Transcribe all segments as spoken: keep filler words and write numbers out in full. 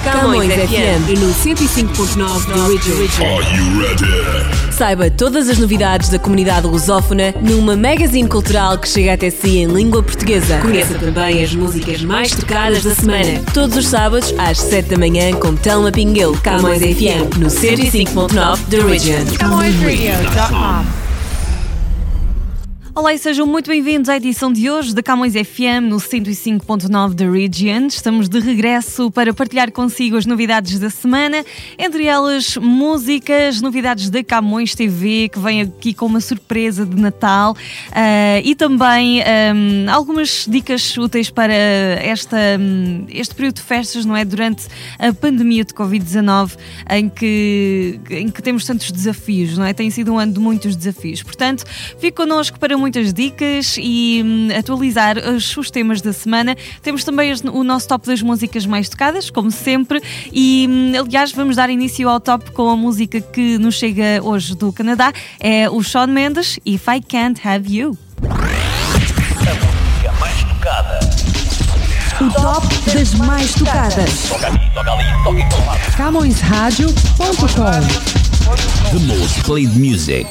Camões F M e no cento e cinco ponto nove da Region. Are you ready? Saiba todas as novidades da comunidade lusófona numa magazine cultural que chega até si em língua portuguesa. Conheça também as músicas mais tocadas da semana. Todos os sábados às sete da manhã com Telma Pinguel. Camões F M no cento e cinco ponto nove da Region. Camões Radio ponto com. Olá e sejam muito bem-vindos à edição de hoje da Camões F M no cento e cinco ponto nove da Region. Estamos de regresso para partilhar consigo as novidades da semana, entre elas músicas, novidades da Camões T V, que vem aqui com uma surpresa de Natal, uh, e também um, algumas dicas úteis para esta, um, este período de festas, não é? Durante a pandemia de covid dezanove, em que, em que temos tantos desafios, não é? Tem sido um ano de muitos desafios. Portanto, fique connosco para muitas dicas e hum, atualizar os, os temas da semana. Temos também as, o nosso top das músicas mais tocadas, como sempre, e hum, aliás vamos dar início ao top com a música que nos chega hoje do Canadá, é o Shawn Mendes, If I Can't Have You. A música mais tocada. O top das mais tocadas. Toca aqui, toca ali, toca em todo lado. Camões Radio ponto com. The most played music.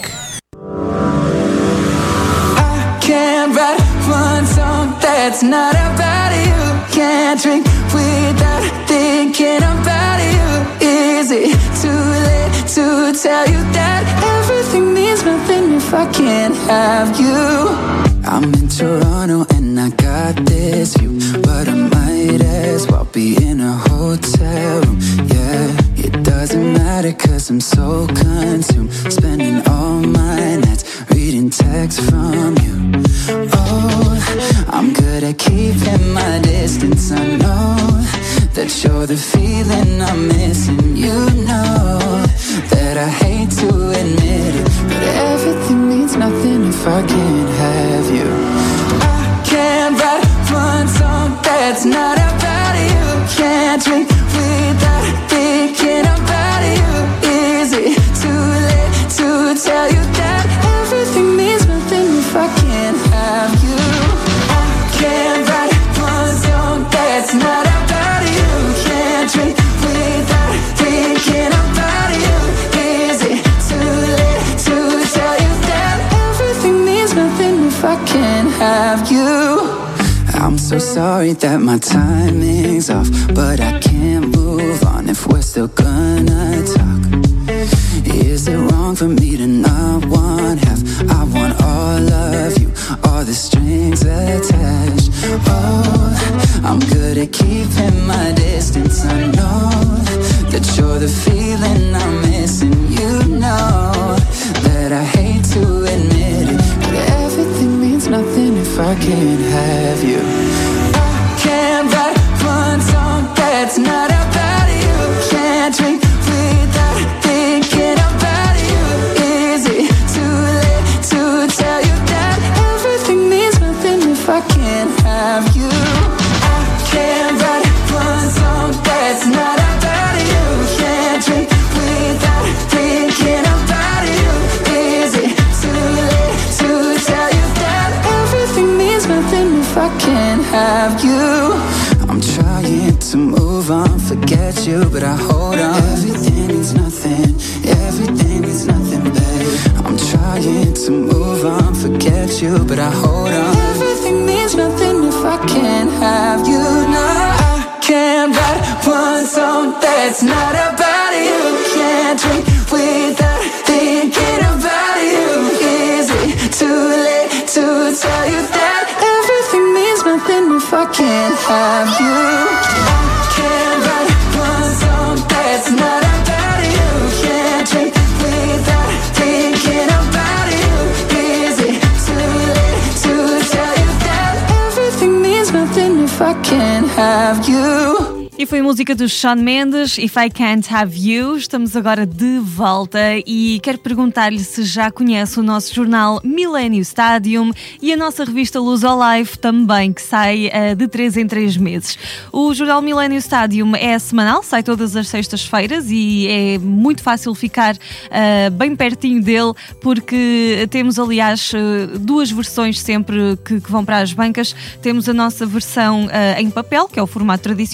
Can't write one song that's not about you. Can't drink without thinking about you. Is it too late to tell you that everything means nothing if I can't have you? I'm in Toronto and I got this view, but I might as well be in a hotel room. Yeah, it doesn't matter cause I'm so consumed, spending all my nights reading texts from you. Oh, I'm good at keeping my distance. I know that you're the feeling I'm missing. You know that I hate to admit it, but everything means nothing if I can't have you. I can't write one song that's not about you. Can't drink without thinking about you. Is it too late to tell you that everything means nothing if I can't have you? I can't write one song that's not about you. Can't drink without thinking about you. Is it too late to tell you that everything means nothing if I can't have you? I'm so sorry that my timing's off, but I can't move on if we're still gonna talk. Is it wrong for me to not want half? I want all of you, all the strings attached. Oh, I'm good at keeping my distance. I know that you're the feeling I'm missing. You know that I hate to admit it, but everything means nothing if I can't have you. I can't write one song that's not about you. Can't drink without thinking about you. Is it too late to tell you that everything means nothing if I can't have you? I can't write one song that's not about you. Can't drink without thinking about you. Is it too late to tell you that everything means nothing if I can't have you? I'm trying to move on, forget you, but I hold on. Everything means nothing, everything means nothing, babe. I'm trying to move on, forget you, but I hold on. Everything means nothing if I can't have you. No, I can't write one song that's not about you. Can't drink without thinking about you. Is it too late to tell you that everything means nothing if I can't have you? I can't write one song that's not about you. Can't drink without thinking about you. Is it too late to tell you that everything means nothing if I can't have you? E foi a música do Shawn Mendes, If I Can't Have You. Estamos agora de volta e quero perguntar-lhe se já conhece o nosso jornal Millennium Stadium e a nossa revista Luz ao Live também, que sai uh, de três em três meses. O jornal Millennium Stadium é semanal, sai todas as sextas-feiras e é muito fácil ficar uh, bem pertinho dele, porque temos, aliás, uh, duas versões sempre que, que vão para as bancas. Temos a nossa versão uh, em papel, que é o formato tradicional, não é? O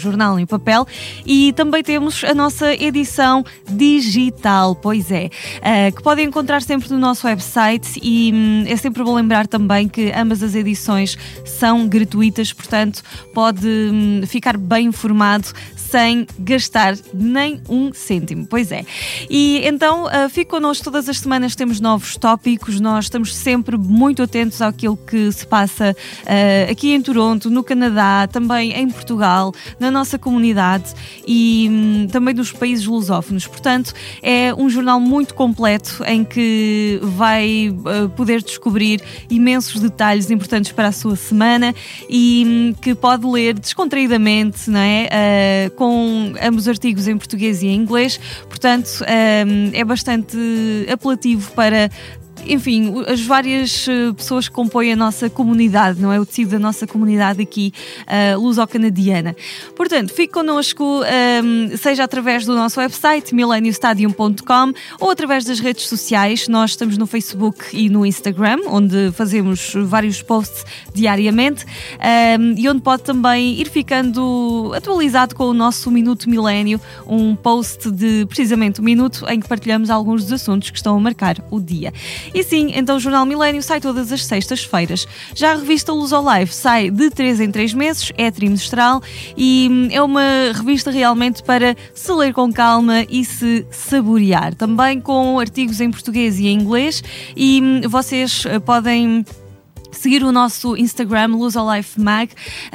jornal em papel, e também temos a nossa edição digital, pois é, uh, que podem encontrar sempre no nosso website, e hum, é sempre bom lembrar também que ambas as edições são gratuitas, portanto pode hum, ficar bem informado sem gastar nem um cêntimo, pois é. E então uh, fique connosco, todas as semanas temos novos tópicos, nós estamos sempre muito atentos àquilo que se passa uh, aqui em Toronto, no Canadá, também em Portugal, na nossa comunidade e um, também dos países lusófonos. Portanto, é um jornal muito completo em que vai uh, poder descobrir imensos detalhes importantes para a sua semana e um, que pode ler descontraídamente, não é? Uh, com ambos artigos em português e em inglês, portanto um, é bastante apelativo para, enfim, as várias pessoas que compõem a nossa comunidade, não é? O tecido da nossa comunidade aqui, uh, luso-canadiana. Portanto, fique connosco, um, seja através do nosso website, millennium stadium ponto com, ou através das redes sociais. Nós estamos no Facebook e no Instagram, onde fazemos vários posts diariamente, um, e onde pode também ir ficando atualizado com o nosso Minuto Milênio, um post de precisamente um minuto em que partilhamos alguns dos assuntos que estão a marcar o dia. E sim, então o Jornal Milênio sai todas as sextas-feiras. Já a revista Luso Live sai de três em três meses, é trimestral e é uma revista realmente para se ler com calma e se saborear. Também com artigos em português e em inglês, e vocês podem seguir o nosso Instagram, Luso Life Mag,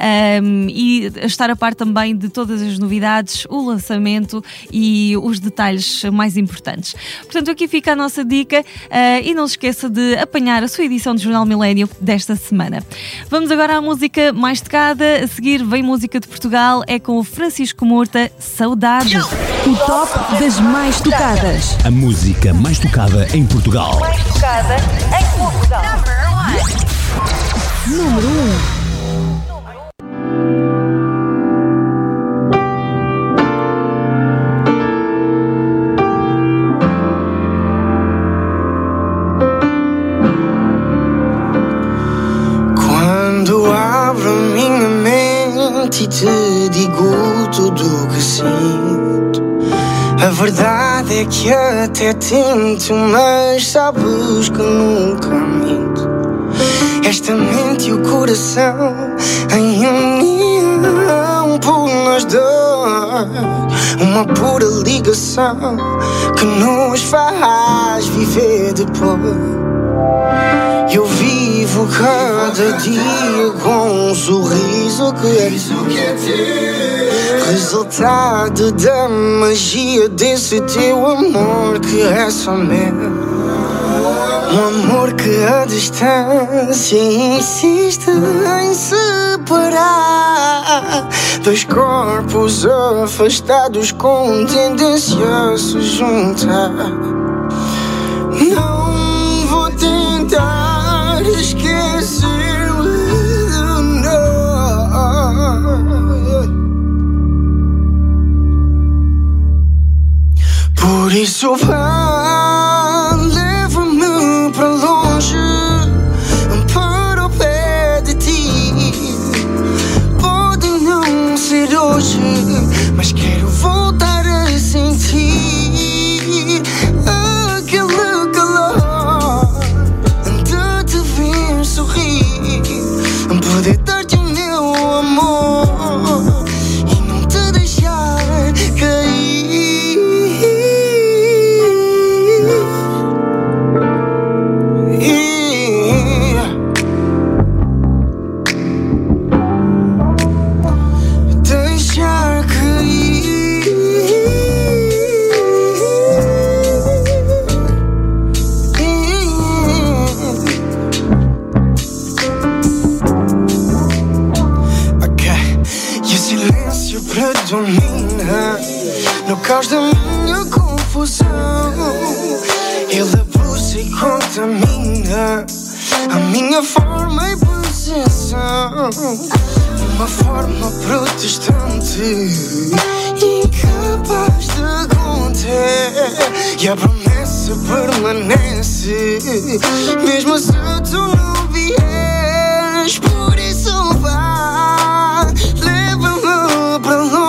um, e estar a par também de todas as novidades, o lançamento e os detalhes mais importantes. Portanto, aqui fica a nossa dica, uh, e não se esqueça de apanhar a sua edição do Jornal Milênio desta semana. Vamos agora à música mais tocada. A seguir vem música de Portugal, é com o Francisco Murta, Saudade. O top das mais tocadas. A música mais tocada em Portugal. Mais tocada em Portugal. Número um. Quando abro minha mente e te digo tudo o que sinto, a verdade é que até tento, mas sabes que nunca minto. Esta mente e o coração em união por nós dois, uma pura ligação que nos faz viver depois. Eu vivo cada dia com um sorriso que é resultado da magia desse teu amor que é só meu. Um amor que a distância insiste em separar dois corpos afastados com tendência a se juntar. Não vou tentar esquecer, não. Por isso vá, leva-me para longe, para o pé de ti. Pode não ser hoje, mas quero voltar a sentir aquele calor de te ver sorrir, poder dar-te o meu amor e não te deixar cair. Deixar cair. Ok, e o silêncio predomina no caos da minha confusão. Ele abusa e contamina a minha forma e possessão. Uma forma protestante, incapaz de conter, e a promessa permanece, mesmo se tu não vieres. Por isso vá, leva-me para longe.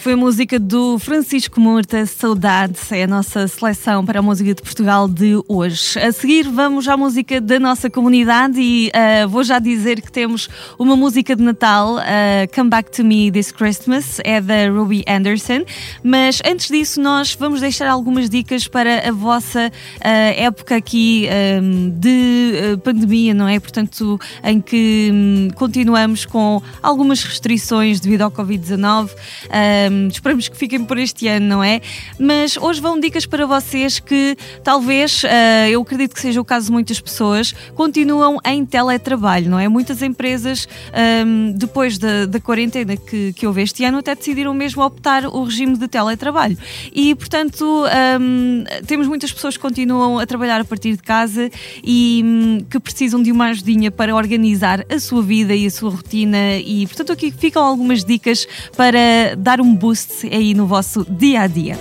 foi a música do Francisco Murta, Saudade, é a nossa seleção para a música de Portugal de hoje. A seguir vamos à música da nossa comunidade e uh, vou já dizer que temos uma música de Natal, uh, Come Back to Me This Christmas, é da Ruby Anderson, mas antes disso nós vamos deixar algumas dicas para a vossa uh, época aqui um, de uh, pandemia, não é? Portanto, em que um, continuamos com algumas restrições devido ao covid dezanove. Um, esperamos que fiquem por este ano, não é? Mas hoje vão dicas para vocês que talvez, uh, eu acredito que seja o caso de muitas pessoas, continuam em teletrabalho, não é? Muitas empresas, um, depois da, da quarentena que, que houve este ano, até decidiram mesmo optar o regime de teletrabalho. E, portanto, um, temos muitas pessoas que continuam a trabalhar a partir de casa e um, que precisam de uma ajudinha para organizar a sua vida e a sua rotina e, portanto, aqui ficam algumas dicas para dar um boost aí no vosso dia-a-dia.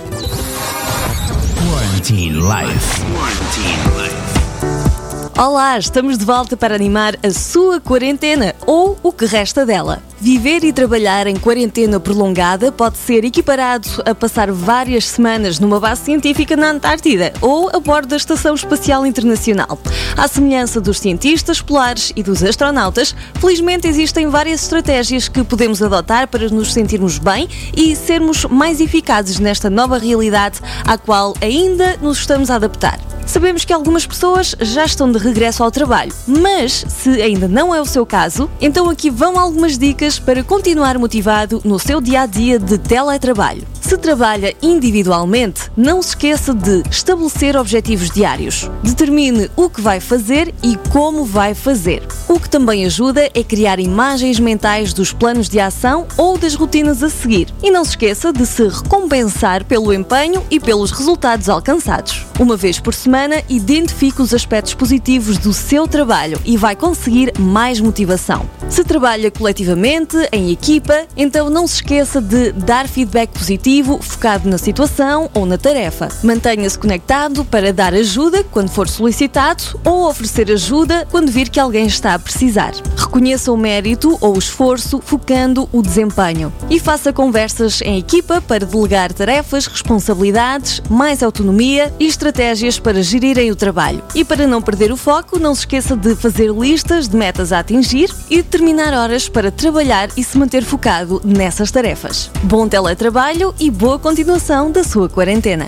Quarantine Life. Quarantine Life. Olá, estamos de volta para animar a sua quarentena, ou o que resta dela. Viver e trabalhar em quarentena prolongada pode ser equiparado a passar várias semanas numa base científica na Antártida ou a bordo da Estação Espacial Internacional. À semelhança dos cientistas polares e dos astronautas, felizmente existem várias estratégias que podemos adotar para nos sentirmos bem e sermos mais eficazes nesta nova realidade à qual ainda nos estamos a adaptar. Sabemos que algumas pessoas já estão de regresso ao trabalho, mas se ainda não é o seu caso, então aqui vão algumas dicas para continuar motivado no seu dia-a-dia de teletrabalho. Se trabalha individualmente, não se esqueça de estabelecer objetivos diários. Determine o que vai fazer e como vai fazer. O que também ajuda é criar imagens mentais dos planos de ação ou das rotinas a seguir. E não se esqueça de se recompensar pelo empenho e pelos resultados alcançados. Uma vez por semana, identifique os aspectos positivos do seu trabalho e vai conseguir mais motivação. Se trabalha coletivamente, em equipa, então não se esqueça de dar feedback positivo focado na situação ou na tarefa. Mantenha-se conectado para dar ajuda quando for solicitado ou oferecer ajuda quando vir que alguém está a precisar. Reconheça o mérito ou o esforço focando o desempenho e faça conversas em equipa para delegar tarefas, responsabilidades, mais autonomia e estratégias para gerirem o trabalho. E para não perder o foco, não se esqueça de fazer listas de metas a atingir e determinar horas para trabalhar e se manter focado nessas tarefas. Bom teletrabalho e boa continuação da sua quarentena.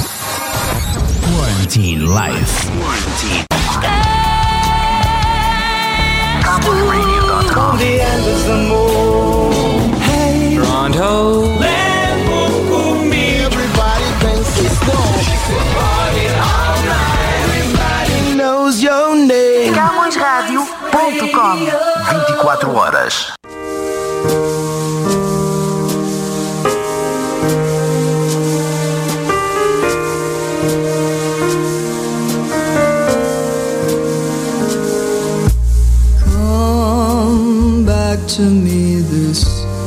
Quarantine Life. Quarantine. On the end of the moon. Hey, Toronto. everybody thinks it's snow. Everybody knows your name. Camões Rádio ponto com. vinte e quatro horas. Come back to me this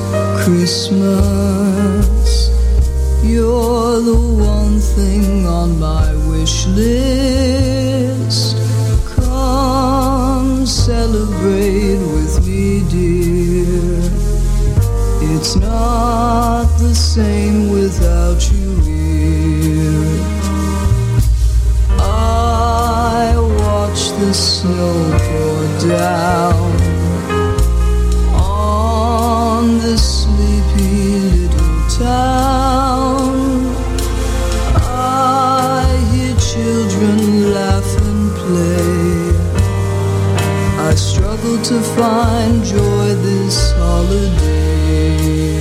Christmas. You're the one thing on my wish list. Come celebrate with me, dear. It's not the same without you here. I watch the snow pour down on the sleepy little town. I hear children laugh and play. I struggle to find joy this holiday.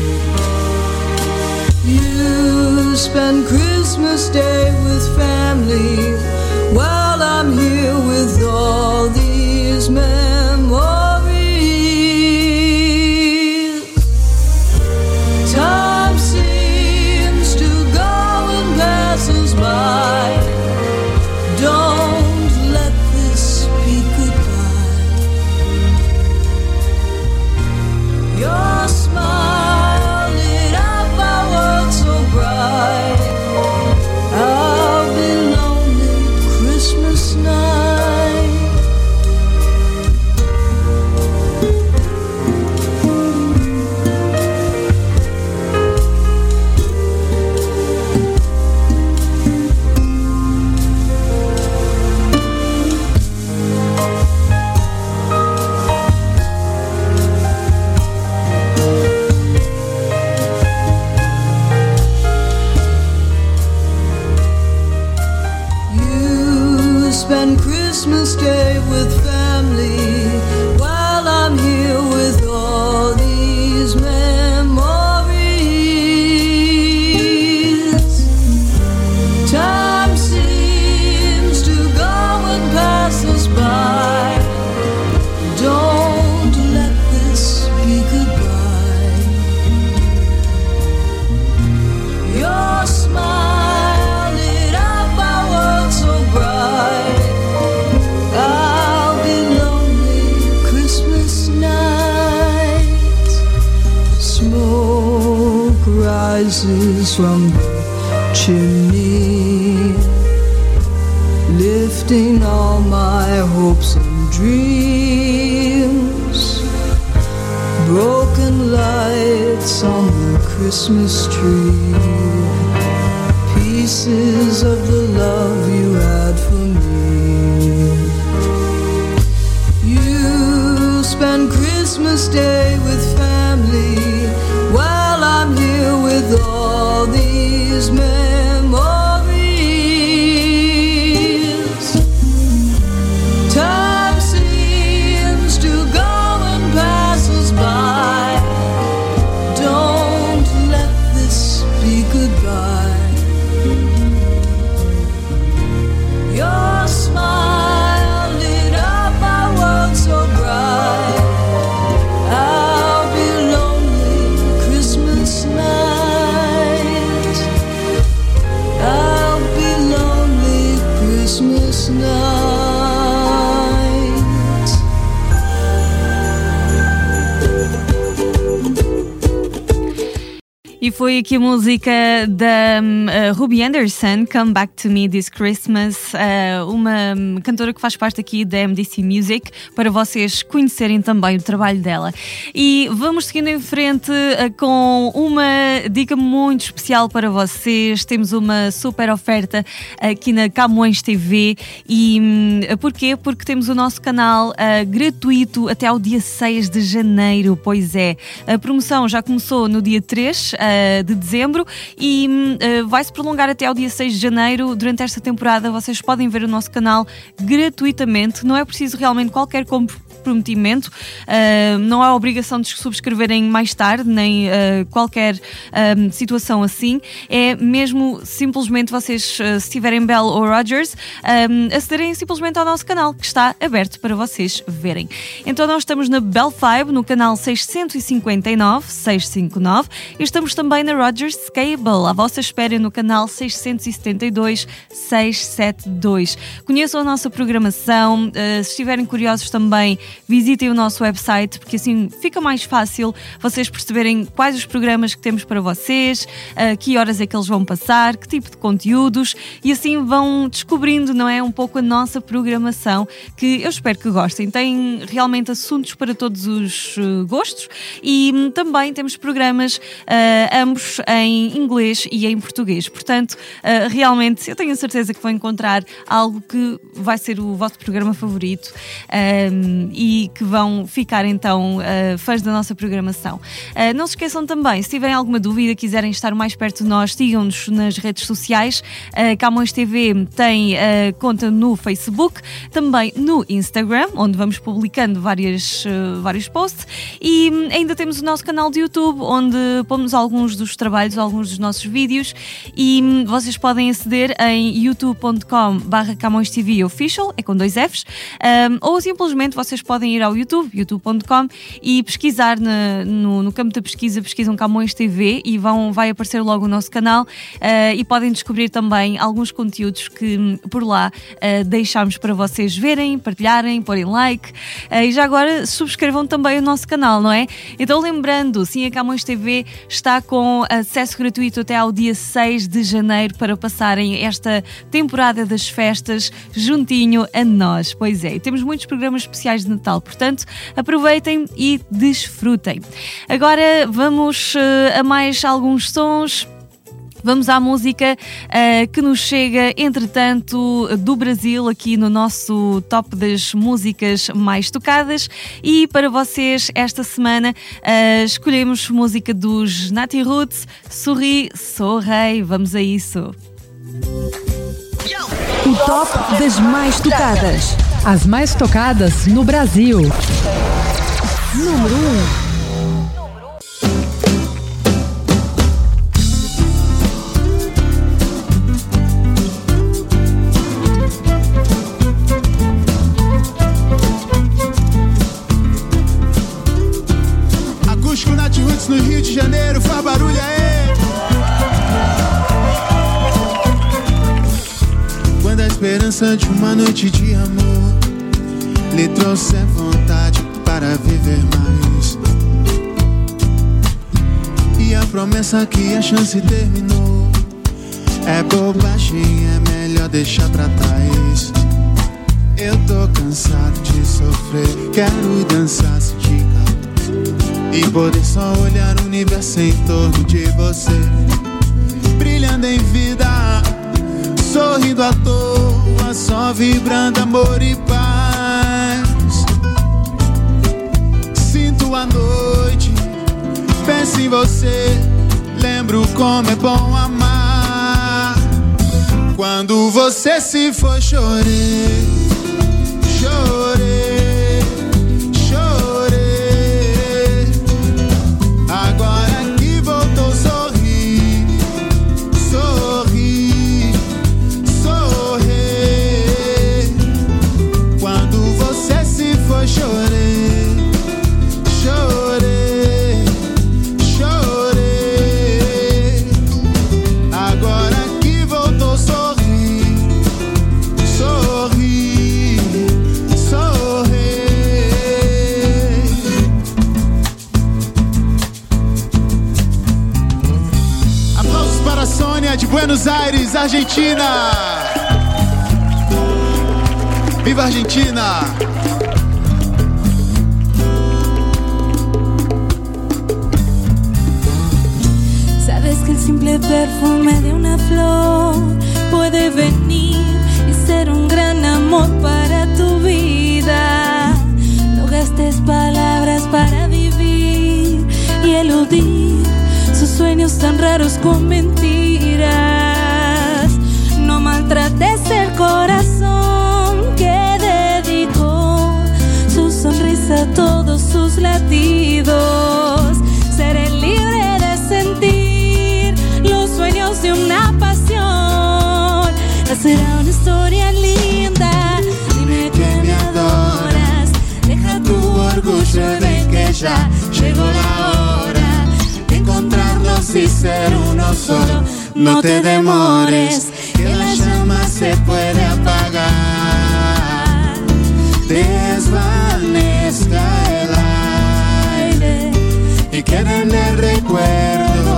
You spend Christmas Day with family, while I'm here with all these memories. Time seems to go and pass us by. Don't let this be goodbye. Your smile lit up my world so bright. I'll be lonely Christmas night. rises from the chimney, lifting all my hopes and dreams. Broken lights on the Christmas tree, pieces of the love you had for me. You spend Christmas Day with family, while I'm here with all these memories. Time seems to go and pass us by. Don't let this be goodbye. Your smile lit up my world so bright. I'll be lonely Christmas night. I'll be lonely Christmas night. E foi aqui a música da um, uh, Ruby Anderson, Come Back to Me This Christmas, uh, uma um, cantora que faz parte aqui da M D C Music, para vocês conhecerem também o trabalho dela. E vamos seguindo em frente uh, com uma dica muito especial para vocês. Temos uma super oferta aqui na Camões T V. E um, porquê? Porque temos o nosso canal uh, gratuito até ao dia seis de janeiro. Pois é, a promoção já começou no dia três de dezembro e uh, vai-se prolongar até ao dia seis de janeiro. Durante esta temporada vocês podem ver o nosso canal gratuitamente, não é preciso realmente qualquer comprometimento, uh, não há obrigação de subscreverem mais tarde, nem uh, qualquer uh, situação assim, é mesmo simplesmente vocês, uh, se tiverem Bell ou Rogers, uh, acederem simplesmente ao nosso canal, que está aberto para vocês verem. Então nós estamos na Bell Fibe, no canal seiscentos e cinquenta e nove, seiscentos e cinquenta e nove, e estamos também na Rogers Cable, à vossa espera no canal seiscentos e setenta e dois, seiscentos e setenta e dois. Conheçam a nossa programação, uh, se estiverem curiosos também visitem o nosso website, porque assim fica mais fácil vocês perceberem quais os programas que temos para vocês, uh, que horas é que eles vão passar, que tipo de conteúdos, e assim vão descobrindo, não é, um pouco a nossa programação, que eu espero que gostem. Tem realmente assuntos para todos os uh, gostos e um, também temos programas uh, ambos em inglês e em português. Portanto, uh, realmente eu tenho a certeza que vão encontrar algo que vai ser o vosso programa favorito um, e que vão ficar então uh, fãs da nossa programação. Uh, não se esqueçam também, se tiverem alguma dúvida, quiserem estar mais perto de nós, sigam-nos nas redes sociais. Uh, Camões T V tem uh, conta no Facebook, também no Instagram, onde vamos publicando várias, uh, vários posts, e um, ainda temos o nosso canal de YouTube, onde pomos alguns dos trabalhos, alguns dos nossos vídeos, e um, vocês podem aceder em youtube ponto com barra Camões T V Official, é com dois Fs, um, ou simplesmente vocês podem ir ao YouTube, youtube ponto com, e pesquisar na, no, no campo da pesquisa, pesquisam Camões T V e vão, vai aparecer logo o nosso canal, uh, e podem descobrir também alguns conteúdos que um, por lá uh, deixamos para vocês verem, partilharem, porem like, uh, e já agora subscrevam também o nosso canal, não é? Então lembrando, sim, a Camões T V está com acesso gratuito até ao dia seis de janeiro para passarem esta temporada das festas juntinho a nós. Pois é, e temos muitos programas especiais de Natal, portanto aproveitem e desfrutem. Agora vamos uh, a mais alguns sons. Vamos à música uh, que nos chega, entretanto, do Brasil, aqui no nosso top das músicas mais tocadas. E para vocês, esta semana, uh, escolhemos música dos Nati Roots, Sorri, Sou Rei. Vamos a isso. O top das mais tocadas. As mais tocadas no Brasil. Número um. No Rio de Janeiro, faz barulho aí. Quando a esperança de uma noite de amor lhe trouxe vontade para viver mais, E a promessa que a chance terminou é bobagem, é melhor deixar pra trás. Eu tô cansado de sofrer, quero dançar, sentir calor e poder só olhar o universo em torno de você, brilhando em vida, sorrindo à toa, só vibrando amor e paz. Sinto a noite, penso em você, lembro como é bom amar. Quando você se foi, chorei, chorei, chorei. Agora que voltou, sorri, sorri, sorri. Quando você se foi, chorei, chorei, chorei. Agora que voltou, sorri, sorri, sorri. Aplausos para a Sônia de Buenos Aires, Argentina. Viva a Argentina! Sabes que el simple perfume de una flor puede venir y ser un gran amor para tu vida. No gastes palabras para vivir y eludir sus sueños tan raros con mentiras. No maltrates el corazón que dedicó su sonrisa a todos sus latidos. Seré libre de sentir los sueños de una pasión. Será una historia linda. Dime que me adoras. Deja tu orgullo y ven que ya llegó la hora de encontrarnos y ser uno solo. No te demores, que la llama se puede apagar. Desvanezca el aire y queda en el recuerdo.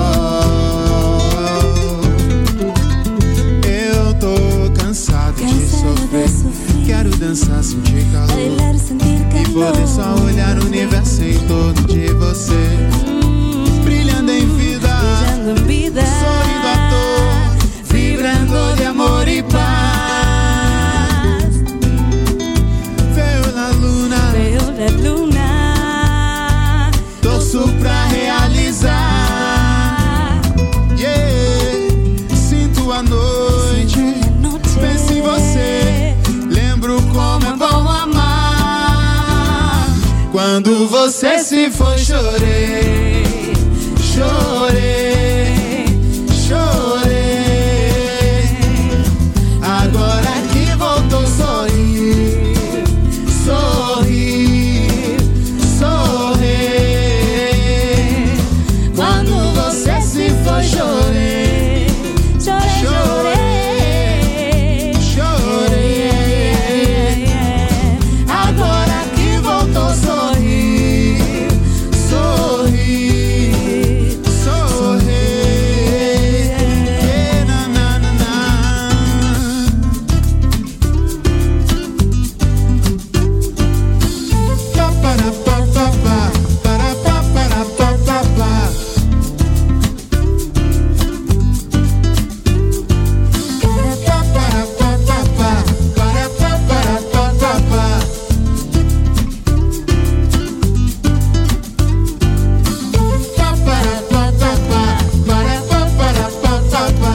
Eu tô cansado de sofrer, quero dançar, sentir calor e poder só olhar o universo em torno de você, brilhando em vida, sorrindo à toa, vibrando de amor e paz. Veio la luna, Veio la luna, torço pra realizar. Yeah, sinto a noite, penso em você, lembro como é bom amar. Quando você se foi, chorei, chorei, chorei. Agora que voltou, sorri, sorri, sorri. Quando você se foi, chorei, chorei, chorei. Agora que voltou, sorri, sorri, sorri. Na, na, na, na. Pa, para, pa, pa, pa. Para, pa, para, pa, pa, pa. Pa, para, pa, pa, pa. Para, pa, para, pa, pa, pa. Pa, para, pa, pa, pa. Para, pa, para, pa, pa, pa.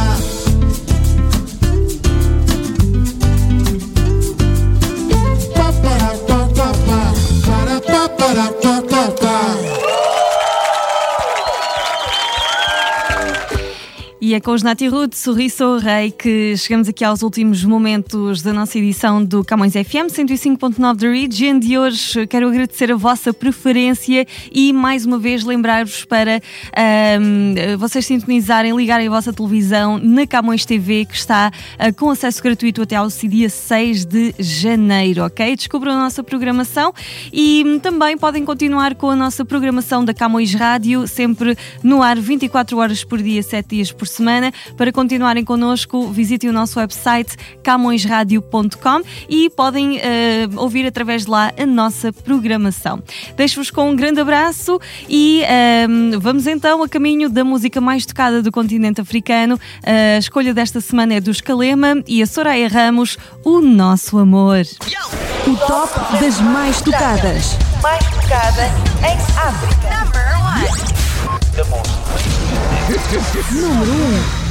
Pa, para, pa, pa, pa. Para, pa, para, pa, pa, pa. E E é com os Nati Roots, Sorriso ao Rei, que chegamos aqui aos últimos momentos da nossa edição do Camões F M cento e cinco ponto nove da Region. De hoje quero agradecer a vossa preferência e mais uma vez lembrar-vos para um, vocês sintonizarem, ligarem a vossa televisão na Camões T V, que está uh, com acesso gratuito até ao dia seis de janeiro, ok? Descubram a nossa programação e um, também podem continuar com a nossa programação da Camões Rádio, sempre no ar vinte e quatro horas por dia, sete dias por semana. Para continuarem connosco, visitem o nosso website camões rádio ponto com e podem uh, ouvir através de lá a nossa programação. Deixo-vos com um grande abraço e uh, vamos então a caminho da música mais tocada do continente africano. A escolha desta semana é dos Kalema e a Soraya Ramos, O Nosso Amor. O top das mais tocadas. Mais tocada em África. Number one. Número um.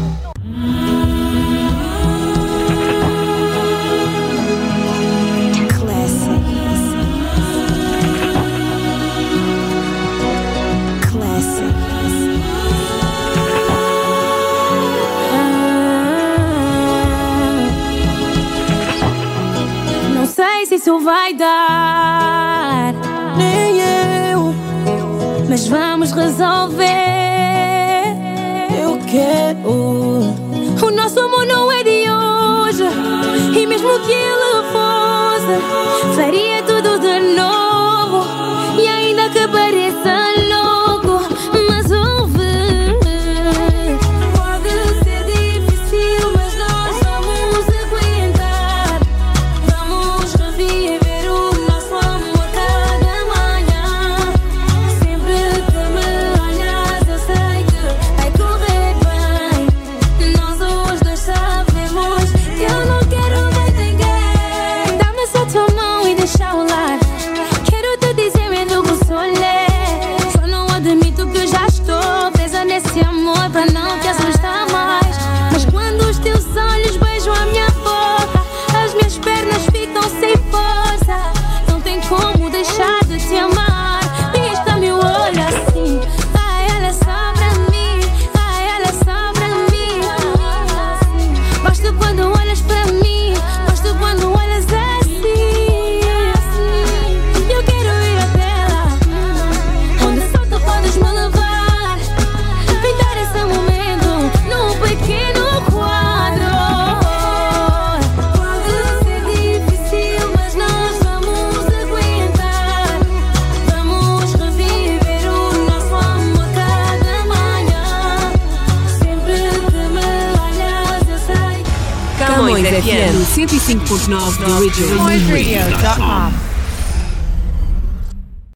Não sei se isso vai dar, nem eu, mas vamos resolver. Eu quero. O nosso amor não é de hoje, e mesmo que ele fosse, faria tudo de novo, e ainda que pareça louco, mas ouve. Pode ser difícil, mas nós vamos aguentar. Vamos reviver o nosso amor cada manhã. Sempre que me olhas, eu sei que vai correr bem. Nós os dois sabemos que eu não quero mais ninguém. Dá-me só tua mão e deixa o lar. Quero te dizer medo que sou lé. Só não admito que já estou presa nesse amor para não te assustar mais. Mas quando os teus olhos beijam a minha boca, as minhas pernas ficam sem força. Não tem como deixar de te amar. Pisca-me o olho assim. Ai, ela é só pra mim. Ai, ela é só pra mim. Gosto quando olhas pra mim. Gosto quando olhas assim. Eu quero ir até lá, onde só tu podes me levar. Pintar esse momento num pequeno quadro. Pode ser difícil, mas nós vamos aguentar. Vamos reviver o nosso amor cada manhã. Sempre que me olhas, eu sei. Camões F M cento e cinco ponto nove da Region. camões radio ponto com